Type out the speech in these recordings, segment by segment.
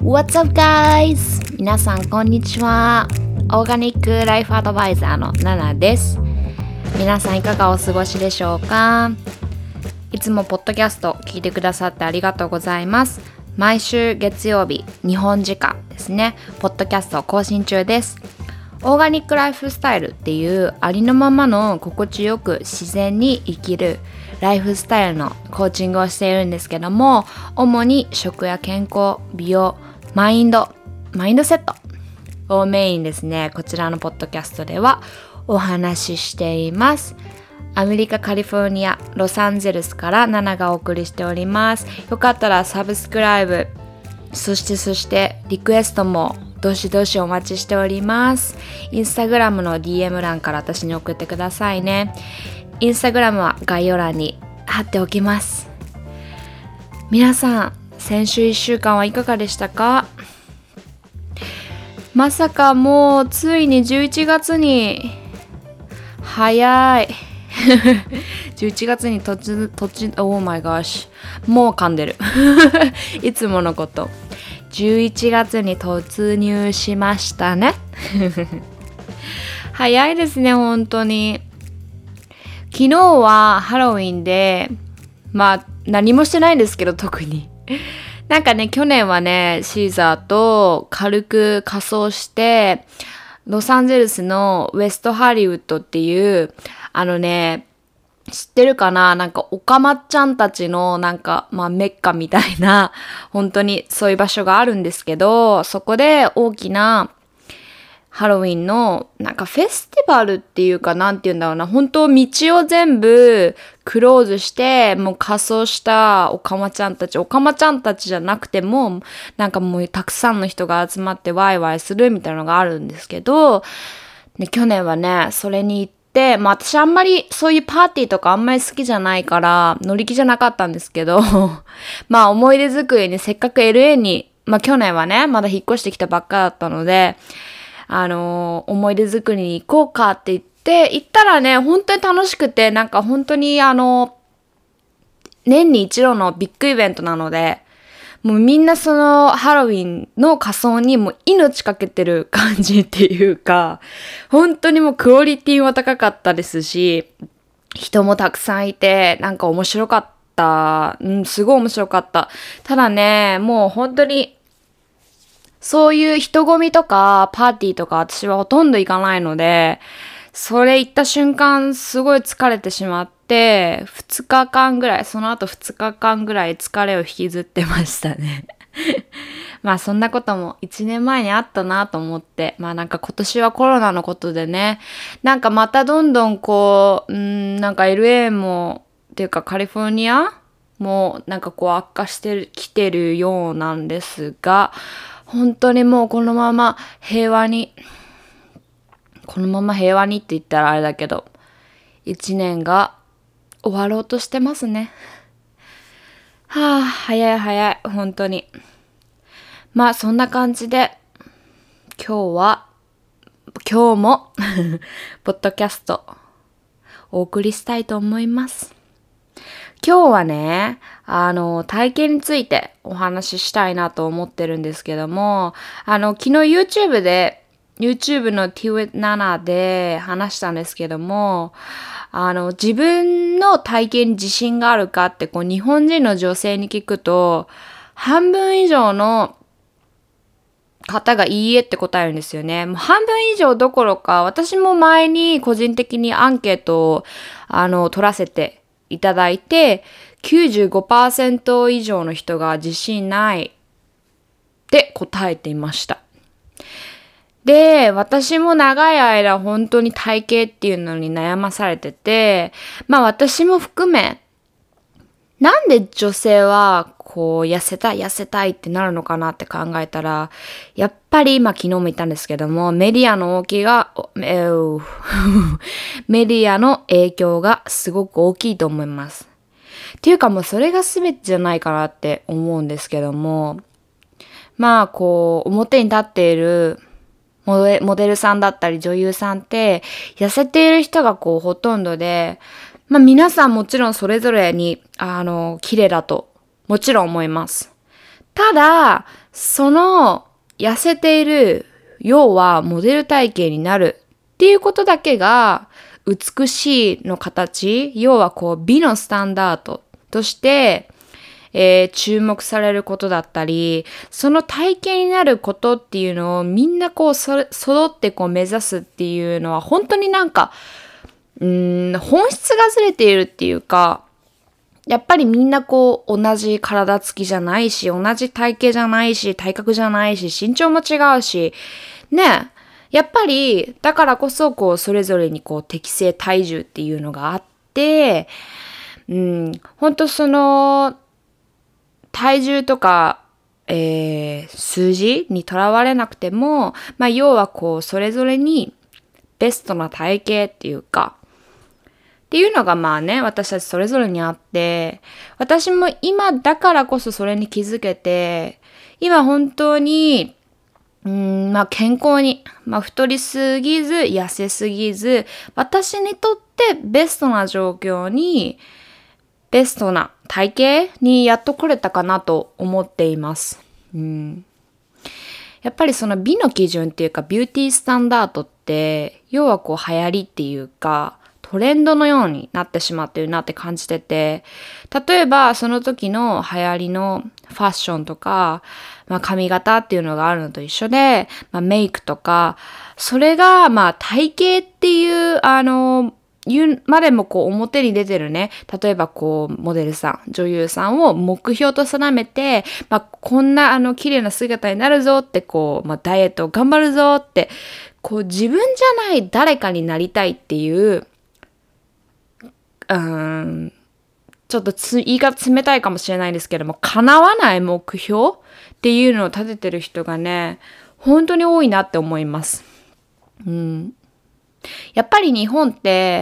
What's up guys? 皆さんこんにちは。オーガニックライフアドバイザーのナナです。皆さんいかがお過ごしでしょうか？いつもポッドキャスト聞いてくださってありがとうございます。毎週月曜日、日本時間ですね、ポッドキャスト更新中です。オーガニックライフスタイルっていうありのままの心地よく自然に生きるライフスタイルのコーチングをしているんですけども、主に食や健康、美容、マインドセットをメインですね、こちらのポッドキャストではお話ししています。アメリカカリフォルニアロサンゼルスからナナがお送りしております。よかったらサブスクライブ、そしてリクエストもどしどしお待ちしております。インスタグラムの DM 欄から私に送ってくださいね。インスタグラムは概要欄に貼っておきます。皆さん、先週1週間はいかがでしたか？まさかもうついに11月に早い11月にOh my gosh もう噛んでるいつものこと11月に突入しましたね早いですね、本当に。昨日はハロウィンで、何もしてないんですけど、特になんかね、去年はね、シーザーと軽く仮装してロサンゼルスのウェストハリウッドっていう知ってるかな？なんかオカマちゃんたちのメッカみたいな本当にそういう場所があるんですけど、そこで大きなハロウィンのフェスティバルっていうかなんていうんだろうな、本当道を全部クローズしてもう仮装したオカマちゃんたちじゃなくてももうたくさんの人が集まってワイワイするみたいなのがあるんですけど、去年はねそれに行って、私あんまりそういうパーティーとかあんまり好きじゃないから乗り気じゃなかったんですけど思い出作りにせっかく LA に去年はねまだ引っ越してきたばっかだったので思い出作りに行こうかって言って行ったらね、本当に楽しくて、本当に年に一度のビッグイベントなので、もうみんなそのハロウィンの仮装にもう命かけてる感じっていうか、本当にもうクオリティも高かったですし、人もたくさんいて、面白かった。すごい面白かった。ただね、もう本当にそういう人混みとかパーティーとか私はほとんど行かないので、それ行った瞬間すごい疲れてしまって、その後2日間ぐらい疲れを引きずってましたねそんなことも1年前にあったなと思って、今年はコロナのことでね、またどんどんLA もっていうかカリフォルニアも悪化してきてるようなんですが、本当にもうこのまま平和にって言ったらあれだけど、一年が終わろうとしてますね。早い、本当に。そんな感じで、今日もポッドキャストお送りしたいと思います。今日はね、体型についてお話ししたいなと思ってるんですけども、昨日 YouTube の Tea with Nana で話したんですけども、自分の体型に自信があるかって日本人の女性に聞くと、半分以上の方がいいえって答えるんですよね。もう半分以上どころか、私も前に個人的にアンケートを取らせていただいて、95% 以上の人が自信ないって答えていました。で、私も長い間本当に体型っていうのに悩まされてて、私も含め、なんで女性は痩せたいってなるのかなって考えたら、やっぱり昨日も言ったんですけども、メディアの影響がすごく大きいと思います。っていうかもうそれが全てじゃないかなって思うんですけども、表に立っているモデルさんだったり女優さんって痩せている人がほとんどで、皆さんもちろんそれぞれに綺麗だともちろん思います。ただその痩せている、要はモデル体型になるっていうことだけが美しいの形、要はこう美のスタンダードとして、注目されることだったり、その体型になることっていうのをみんなこう揃ってこう目指すっていうのは本当になんか、本質がずれているっていうか、やっぱりみんなこう同じ体つきじゃないし、同じ体型じゃないし、体格じゃないし、身長も違うし、ね、やっぱりだからこそこうそれぞれにこう適正体重っていうのがあって、本当その体重とか、数字にとらわれなくても、要はこうそれぞれにベストな体型っていうか、っていうのが私たちそれぞれにあって、私も今だからこそそれに気づけて、今本当に、健康に、太りすぎず、痩せすぎず、私にとってベストな状況に、ベストな体型にやっと来れたかなと思っています。やっぱりその美の基準っていうか、ビューティースタンダードって、要はこう流行りっていうか、トレンドのようになってしまってるなって感じてて、例えばその時の流行りのファッションとか、髪型っていうのがあるのと一緒で、メイクとか、それが体型っていう言うまでもこう表に出てるね、例えばこうモデルさん、女優さんを目標と定めて、こんな綺麗な姿になるぞってこう、ダイエットを頑張るぞって、こう自分じゃない誰かになりたいっていう、ちょっと言い方冷たいかもしれないんですけども、叶わない目標っていうのを立ててる人がね、本当に多いなって思います。やっぱり日本って、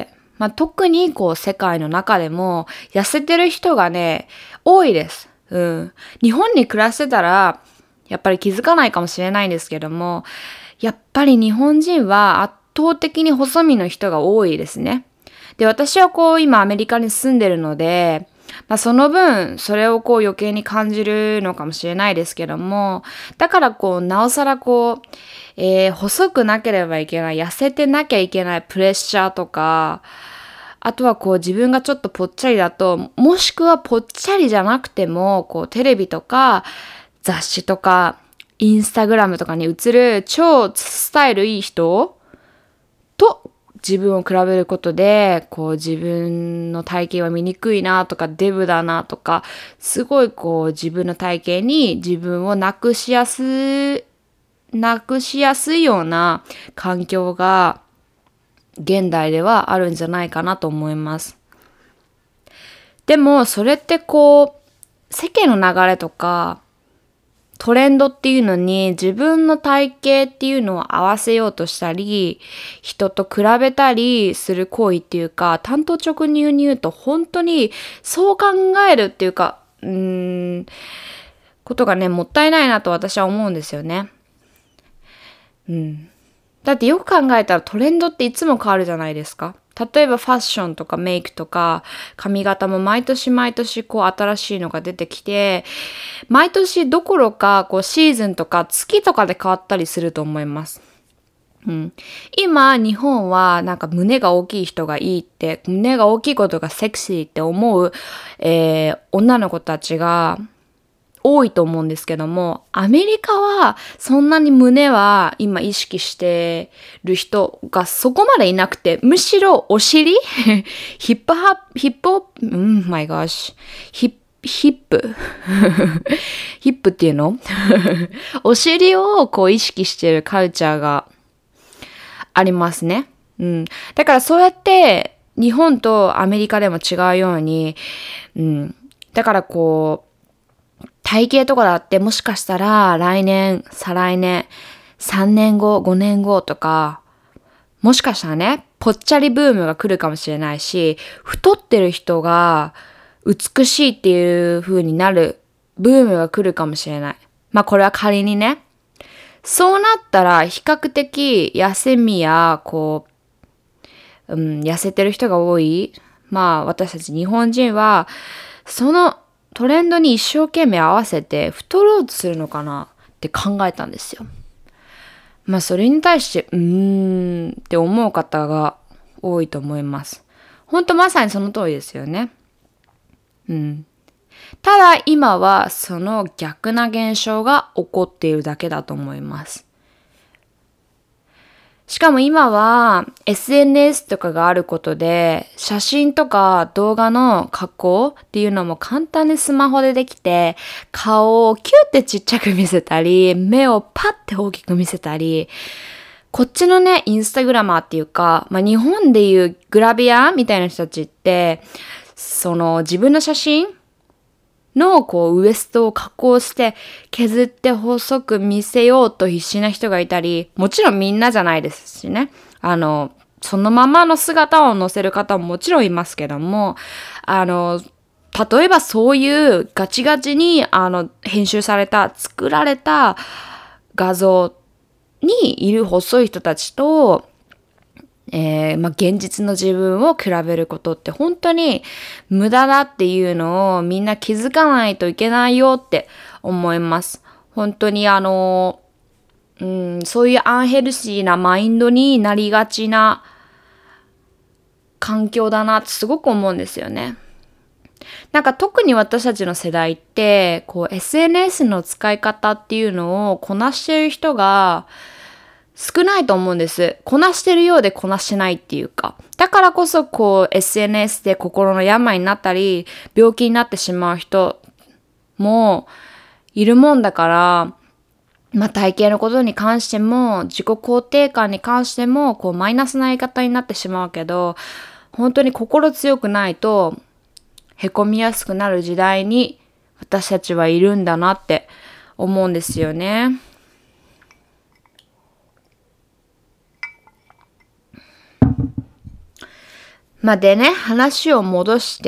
特にこう世界の中でも痩せてる人がね、多いです。日本に暮らしてたら、やっぱり気づかないかもしれないんですけども、やっぱり日本人は圧倒的に細身の人が多いですね。で、私はこう今アメリカに住んでるので、その分それをこう余計に感じるのかもしれないですけども、だからこうなおさらこう、細くなければいけない、痩せてなきゃいけないプレッシャーとか、あとはこう自分がちょっとぽっちゃりだと、もしくはぽっちゃりじゃなくても、こうテレビとか雑誌とかインスタグラムとかに映る超スタイルいい人と自分を比べることで、こう自分の体型は醜いなとかデブだなとか、すごいこう自分の体型に自分をなくしやすいような環境が現代ではあるんじゃないかなと思います。でもそれってこう世間の流れとかトレンドっていうのに自分の体型っていうのを合わせようとしたり、人と比べたりする行為っていうか、単刀直入に言うと本当にそう考えるっていうか、ことがね、もったいないなと私は思うんですよね。だってよく考えたらトレンドっていつも変わるじゃないですか。例えばファッションとかメイクとか髪型も毎年毎年こう新しいのが出てきて、毎年どころかこうシーズンとか月とかで変わったりすると思います。今日本はなんか胸が大きい人がいいって、胸が大きいことがセクシーって思う、女の子たちが多いと思うんですけども、アメリカはそんなに胸は今意識してる人がそこまでいなくて、むしろお尻ヒップmy gosh ヒップヒップっていうのお尻をこう意識してるカルチャーがありますね。だからそうやって日本とアメリカでも違うように、だからこう体型とかだってもしかしたら来年、再来年、3年後、5年後とか、もしかしたらね、ぽっちゃりブームが来るかもしれないし、太ってる人が美しいっていう風になるブームが来るかもしれない。これは仮にね。そうなったら比較的痩せ身や、こう、痩せてる人が多い。私たち日本人は、そのトレンドに一生懸命合わせて太ろうとするのかな。 って考えたんですよ。まあそれに対して、って思う方が多いと思います。本当まさにその通りですよね。ただ今はその逆な現象が起こっているだけだと思います。しかも今は SNS とかがあることで写真とか動画の加工っていうのも簡単にスマホでできて、顔をキュッてちっちゃく見せたり、目をパッて大きく見せたり、こっちのね、インスタグラマーっていうか、日本でいうグラビアみたいな人たちって、その自分の写真のウエストを加工して削って細く見せようと必死な人がいたり、もちろんみんなじゃないですしね。そのままの姿を載せる方ももちろんいますけども、例えばそういうガチガチに編集された、作られた画像にいる細い人たちと、現実の自分を比べることって本当に無駄だっていうのをみんな気づかないといけないよって思います。本当にそういうアンヘルシーなマインドになりがちな環境だなってすごく思うんですよね。なんか特に私たちの世代ってSNS の使い方っていうのをこなしている人が少ないと思うんです。こなしてるようでこなしてないっていうか。だからこそSNS で心の病になったり、病気になってしまう人もいるもんだから、体型のことに関しても、自己肯定感に関しても、マイナスな言い方になってしまうけど、本当に心強くないと、へこみやすくなる時代に私たちはいるんだなって思うんですよね。でね、話を戻して、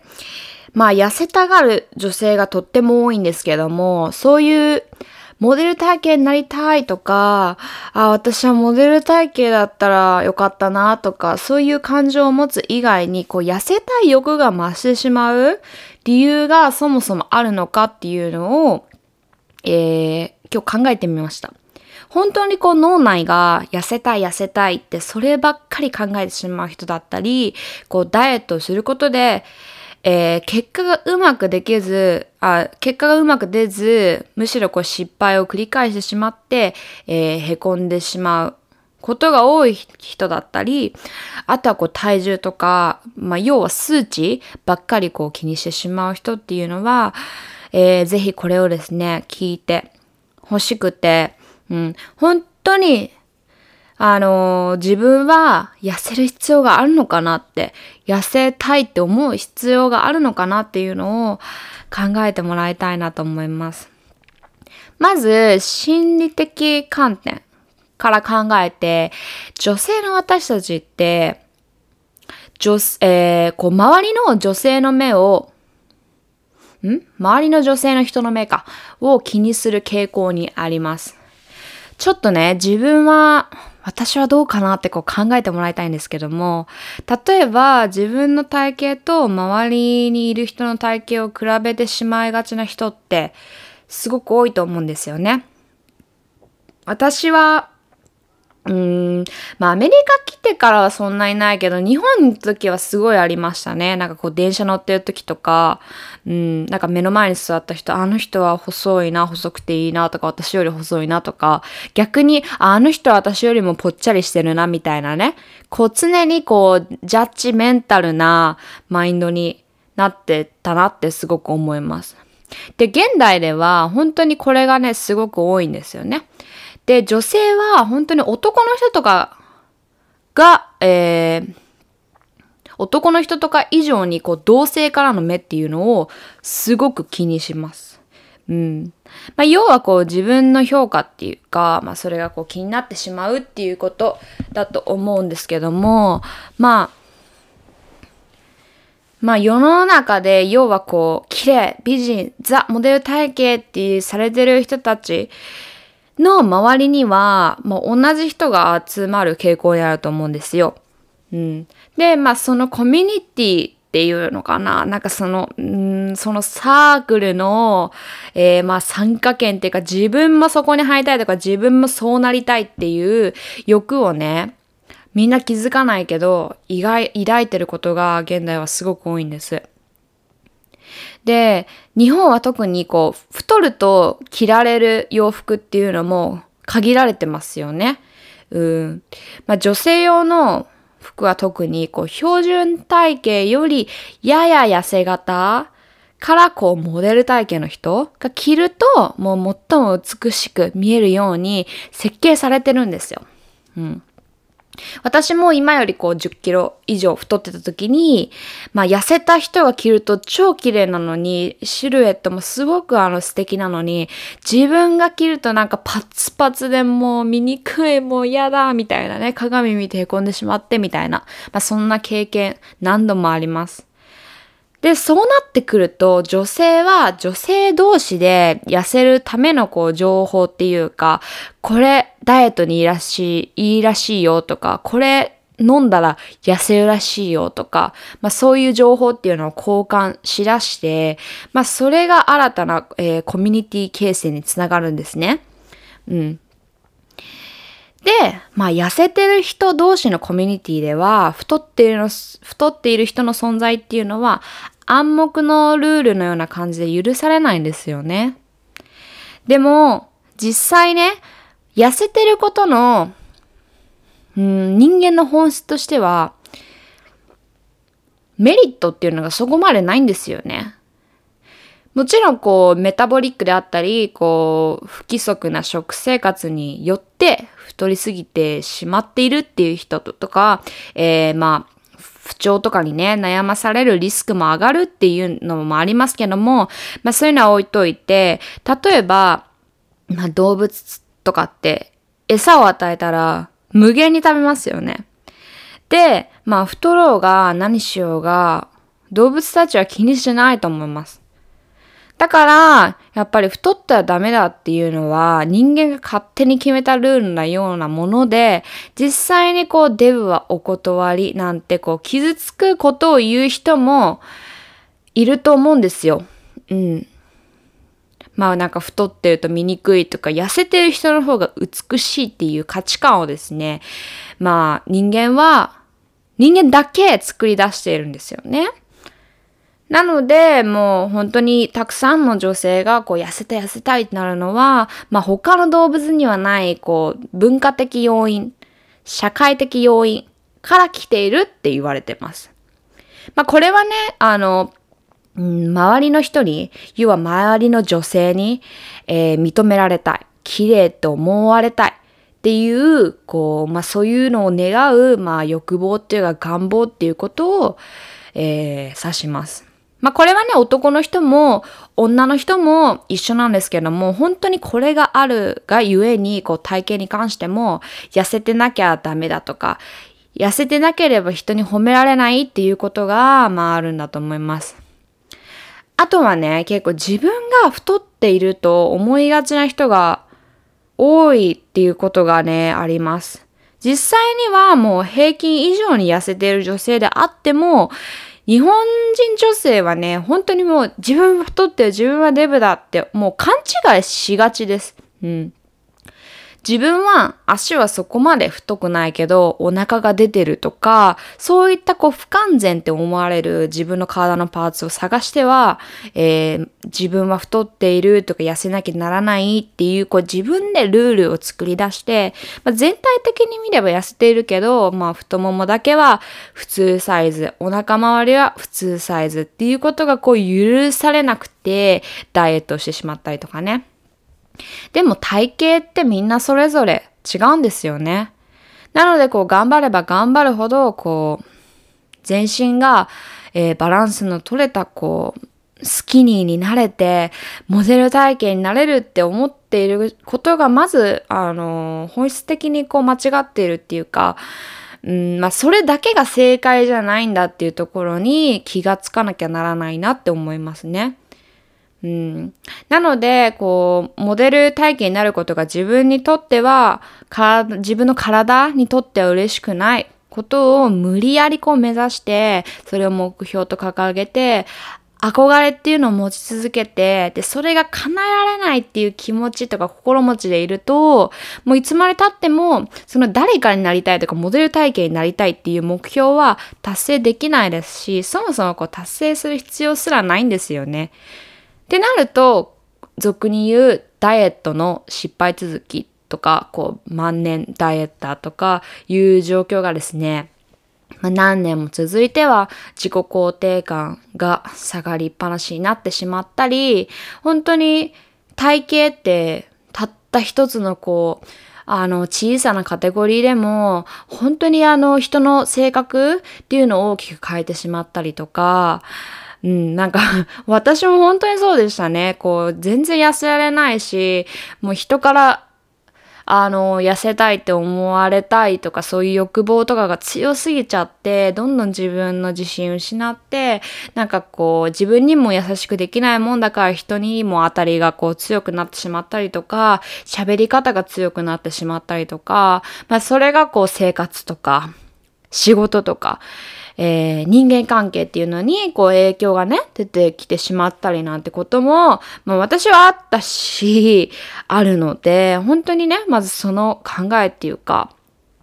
痩せたがる女性がとっても多いんですけども、そういうモデル体型になりたいとか、私はモデル体型だったらよかったなとか、そういう感情を持つ以外に、痩せたい欲が増してしまう理由がそもそもあるのかっていうのを、今日考えてみました。本当に脳内が痩せたいってそればっかり考えてしまう人だったり、ダイエットをすることで、結果がうまく出ず、むしろ失敗を繰り返してしまって、へこんでしまうことが多い人だったり、あとは体重とか、要は数値ばっかり気にしてしまう人っていうのは、ぜひこれをですね、聞いて欲しくて、本当に、自分は痩せる必要があるのかなって、痩せたいって思う必要があるのかなっていうのを考えてもらいたいなと思います。まず、心理的観点から考えて、女性の私たちって、周りの女性の目を、周りの女性の人の目を気にする傾向にあります。ちょっとね、私はどうかなって考えてもらいたいんですけども、例えば自分の体型と周りにいる人の体型を比べてしまいがちな人ってすごく多いと思うんですよね。私はアメリカ来てからはそんなにないけど、日本の時はすごいありましたね。電車乗ってる時とか、目の前に座った人、あの人は細いな、細くていいなとか、私より細いなとか、逆に、あの人は私よりもぽっちゃりしてるな、みたいなね。常にジャッジメンタルなマインドになってたなってすごく思います。で、現代では本当にこれがね、すごく多いんですよね。で、女性は本当に男の人とかが、男の人とか以上に同性からの目っていうのをすごく気にします。要は自分の評価っていうか、それが気になってしまうっていうことだと思うんですけども、世の中で要は綺麗、美人、ザ・モデル体型ってされてる人たちの周りには、同じ人が集まる傾向にあると思うんですよ。で、そのコミュニティていうのかな。なんかそのサークルの、参加権っていうか自分もそこに入りたいとか自分もそうなりたいっていう欲をね、みんな気づかないけど、抱いてることが現代はすごく多いんです。で、日本は特に太ると着られる洋服っていうのも限られてますよね。女性用の服は特に標準体型よりやや痩せ型からモデル体型の人が着るともう最も美しく見えるように設計されてるんですよ。私も今より10キロ以上太ってた時に、痩せた人が着ると超綺麗なのに、シルエットもすごく素敵なのに、自分が着るとなんかパツパツでもう醜い、もう嫌だ、みたいなね、鏡見て凹んでしまってみたいな、そんな経験何度もあります。で、そうなってくると、女性は女性同士で痩せるための情報っていうか、これダイエットにいいらしいよとか、これ飲んだら痩せるらしいよとか、そういう情報っていうのを交換しだして、それが新たな、コミュニティ形成につながるんですね。で、痩せてる人同士のコミュニティでは、太っている人の存在っていうのは、暗黙のルールのような感じで許されないんですよね。でも、実際ね、痩せてることの、人間の本質としては、メリットっていうのがそこまでないんですよね。もちろんメタボリックであったり不規則な食生活によって太りすぎてしまっているっていう人とか、不調とかにね悩まされるリスクも上がるっていうのもありますけども、そういうのは置いといて、例えば、動物とかって餌を与えたら無限に食べますよね。で、太ろうが何しようが動物たちは気にしないと思います。だから、やっぱり太ったらダメだっていうのは人間が勝手に決めたルールなようなもので、実際にデブはお断りなんて傷つくことを言う人もいると思うんですよ。なんか太ってると醜いとか痩せてる人の方が美しいっていう価値観をですね、人間だけ作り出しているんですよね。なので、もう本当にたくさんの女性が痩せたいってなるのは、他の動物にはない文化的要因、社会的要因から来ているって言われてます。これはね、周りの人に、要は周りの女性に、認められたい、綺麗と思われたいっていう、そういうのを願う、欲望っていうか願望っていうことを、指します。これはね、男の人も女の人も一緒なんですけども、本当にこれがあるがゆえに、体型に関しても、痩せてなきゃダメだとか、痩せてなければ人に褒められないっていうことが、あるんだと思います。あとはね、結構自分が太っていると思いがちな人が多いっていうことがね、あります。実際にはもう平均以上に痩せている女性であっても、日本人女性はね、本当にもう自分は太ってる、自分はデブだってもう勘違いしがちです。自分は足はそこまで太くないけどお腹が出てるとか、そういった不完全って思われる自分の体のパーツを探しては、自分は太っているとか痩せなきゃならないっていう、自分でルールを作り出して、全体的に見れば痩せているけど、太ももだけは普通サイズ、お腹周りは普通サイズっていうことが許されなくてダイエットをしてしまったりとかね。でも体型ってみんなそれぞれ違うんですよね。なので頑張れば頑張るほど全身が、バランスの取れたスキニーになれてモデル体型になれるって思っていることがまず本質的に間違っているっていうか、それだけが正解じゃないんだっていうところに気がつかなきゃならないなって思いますね。なので、モデル体型になることが自分にとっては、自分の体にとっては嬉しくない。 ことを無理やりこう目指して、それを目標と掲げて、憧れっていうのを持ち続けて、で、それが叶えられないっていう気持ちとか心持ちでいると、もういつまで経っても、その誰かになりたいとか、モデル体型になりたいっていう目標は達成できないですし、そもそもこう達成する必要すらないんですよね。ってなると、俗に言うダイエットの失敗続きとか、こう万年ダイエッターとかいう状況がですね、何年も続いては自己肯定感が下がりっぱなしになってしまったり、本当に体型ってたった一つの小さなカテゴリーでも本当に人の性格っていうのを大きく変えてしまったりとか、なんか私も本当にそうでしたね。全然痩せられないし、もう人から痩せたいって思われたいとかそういう欲望とかが強すぎちゃって、どんどん自分の自信失って、自分にも優しくできないもんだから人にも当たりが強くなってしまったりとか、喋り方が強くなってしまったりとか、それが生活とか仕事とか、人間関係っていうのに影響がね出てきてしまったりなんてことも、私はあったしあるので、本当にね、まずその考えっていうか、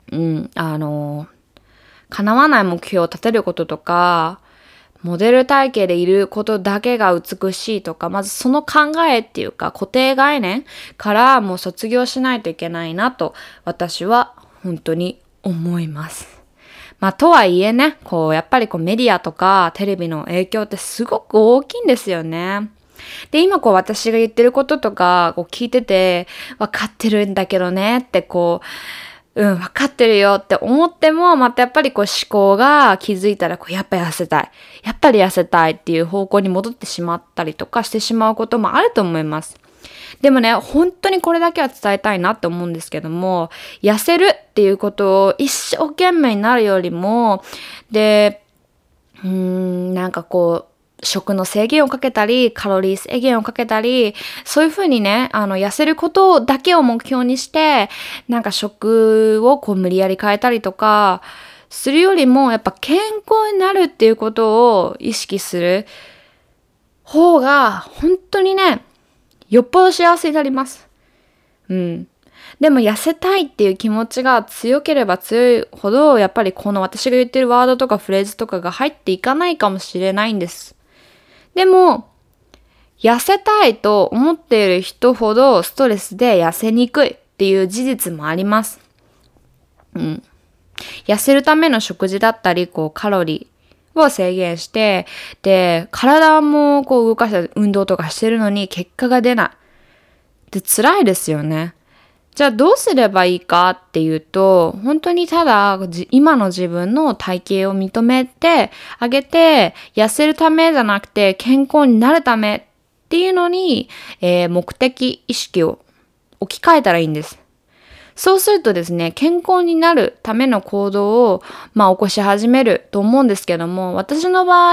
叶わない目標を立てることとか、モデル体型でいることだけが美しいとか、まずその考えっていうか固定概念からもう卒業しないといけないなと私は本当に思います。とはいえね、やっぱりメディアとかテレビの影響ってすごく大きいんですよね。で、今私が言ってることとか聞いてて、分かってるんだけどねって分かってるよって思っても、またやっぱり思考が気づいたらやっぱり痩せたい。やっぱり痩せたいっていう方向に戻ってしまったりとかしてしまうこともあると思います。でもね、本当にこれだけは伝えたいなって思うんですけども、痩せるっていうことを一生懸命になるよりも、で、食の制限をかけたり、カロリー制限をかけたり、そういうふうにね、痩せることだけを目標にして、食を無理やり変えたりとか、するよりも、やっぱ健康になるっていうことを意識する方が、本当にね、よっぽど幸せになります。でも痩せたいっていう気持ちが強ければ強いほど、やっぱりこの私が言ってるワードとかフレーズとかが入っていかないかもしれないんです。でも、痩せたいと思っている人ほどストレスで痩せにくいっていう事実もあります。痩せるための食事だったり、カロリーを制限して、で、体も動かした運動とかしてるのに結果が出ない。で、辛いですよね。じゃあどうすればいいかっていうと、本当にただ今の自分の体型を認めてあげて、痩せるためじゃなくて健康になるためっていうのに、目的意識を置き換えたらいいんです。そうするとですね、健康になるための行動を、起こし始めると思うんですけども、私の場合、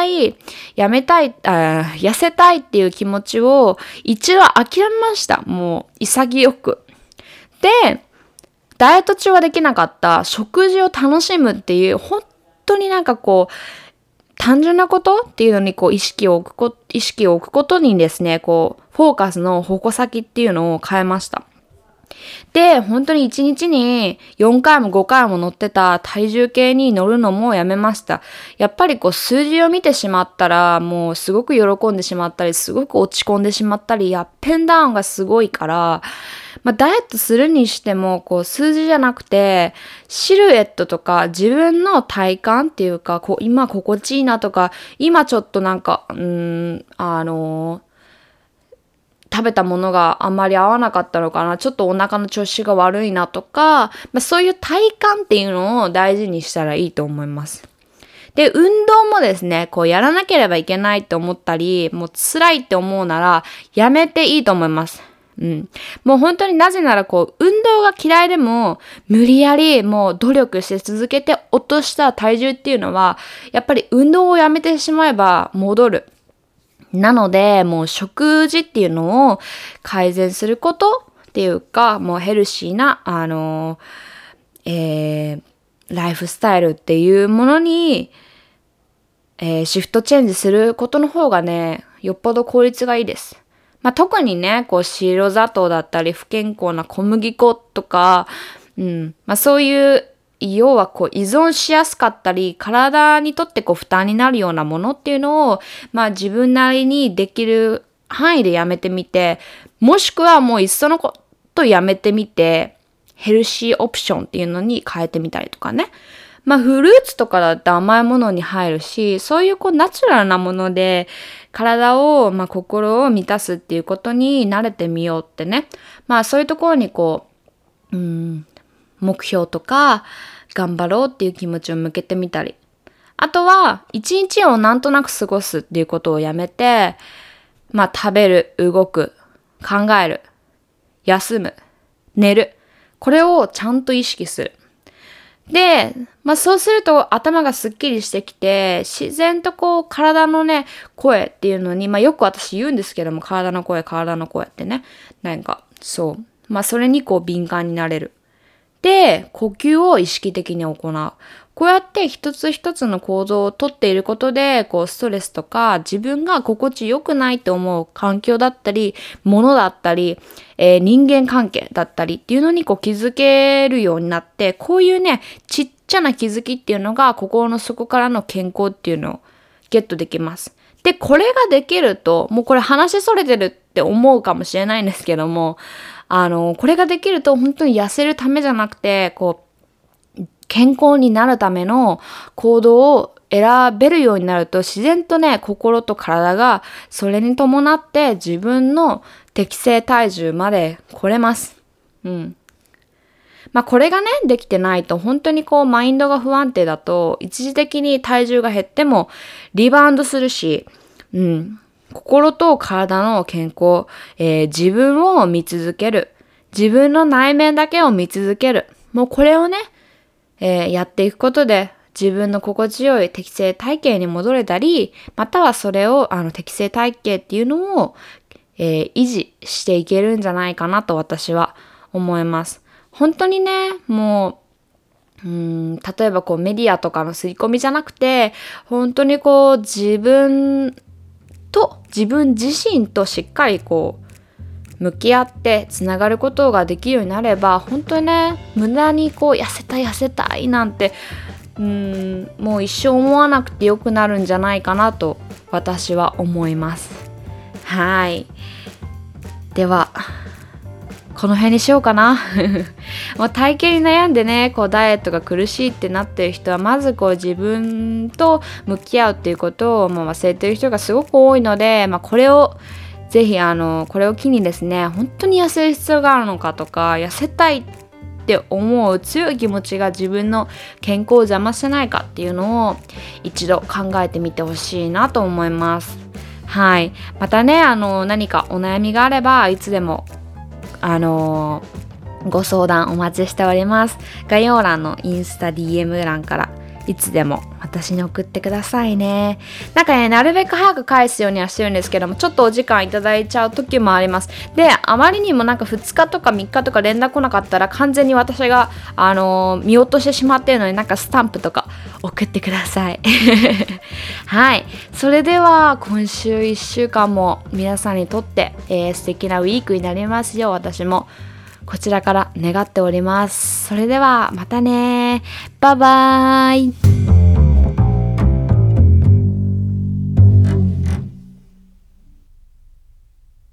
痩せたいっていう気持ちを一度諦めました。もう潔く。で、ダイエット中はできなかった食事を楽しむっていう、本当に単純なことっていうのに意識を置くことにですね、フォーカスの矛先っていうのを変えました。で、本当に1日に4回も5回も乗ってた体重計に乗るのもやめました。やっぱり数字を見てしまったら、もうすごく喜んでしまったり、すごく落ち込んでしまったり、アップンダウンがすごいから、ダイエットするにしても、数字じゃなくて、シルエットとか自分の体感っていうか、今心地いいなとか、今ちょっと食べたものがあんまり合わなかったのかな、ちょっとお腹の調子が悪いなとか、そういう体感っていうのを大事にしたらいいと思います。で、運動もですね、やらなければいけないって思ったり、もう辛いって思うなら、やめていいと思います。もう本当になぜなら運動が嫌いでも無理やりもう努力して続けて落とした体重っていうのはやっぱり運動をやめてしまえば戻る。なのでもう食事っていうのを改善することっていうか、もうヘルシーなライフスタイルっていうものに、シフトチェンジすることの方がね、よっぽど効率がいいです。特にね、白砂糖だったり不健康な小麦粉とか、そういう、要は依存しやすかったり、体にとって負担になるようなものっていうのを、自分なりにできる範囲でやめてみて、もしくはもういっそのことやめてみて、ヘルシーオプションっていうのに変えてみたりとかね。フルーツとかだって甘いものに入るし、そういうナチュラルなもので、体を、心を満たすっていうことに慣れてみようってね。そういうところに目標とか、頑張ろうっていう気持ちを向けてみたり。あとは、一日をなんとなく過ごすっていうことをやめて、食べる、動く、考える、休む、寝る。これをちゃんと意識する。で、そうすると頭がすっきりしてきて、自然と体のね、声っていうのに、よく私言うんですけども、体の声ってね。そう。それに敏感になれる。で、呼吸を意識的に行う。こうやって一つ一つの行動をとっていることで、ストレスとか自分が心地よくないと思う環境だったり、ものだったり、人間関係だったりっていうのに気づけるようになって、こういうね、ちっちゃな気づきっていうのが心の底からの健康っていうのをゲットできます。で、これができると、もうこれ話それてるって思うかもしれないんですけども、これができると本当に痩せるためじゃなくて、健康になるための行動を選べるようになると自然とね、心と体がそれに伴って自分の適正体重まで来れます。これがね、できてないと本当にマインドが不安定だと一時的に体重が減ってもリバウンドするし、心と体の健康、自分を見続ける。自分の内面だけを見続ける。もうこれをね、やっていくことで自分の心地よい適正体型に戻れたり、またはそれを適正体型っていうのを、維持していけるんじゃないかなと私は思います。本当にね、もう、例えばメディアとかの刷り込みじゃなくて、本当に自分自身としっかり向き合ってつながることができるようになれば、本当にね、無駄に痩せたいなんてもう一生思わなくてよくなるんじゃないかなと私は思います。はい。ではこの辺にしようかな。もう体型に悩んでね、ダイエットが苦しいってなってる人は、まず自分と向き合うっていうことを忘れてる人がすごく多いので、これをぜひこれを機にですね、本当に痩せる必要があるのかとか、痩せたいって思う強い気持ちが自分の健康を邪魔しないかっていうのを一度考えてみてほしいなと思います。はい。またね、何かお悩みがあればいつでもご相談お待ちしております。概要欄のインスタ DM 欄からいつでも私に送ってくださいね。なるべく早く返すようにはしてるんですけども、ちょっとお時間いただいちゃう時もあります。で、あまりにも2日とか3日とか連絡来なかったら、完全に私が見落としてしまっているのに、スタンプとか送ってください。はい。それでは今週1週間も皆さんにとって、素敵なウィークになりますよう、私もこちらから願っております。それではまたね。バイバーイ。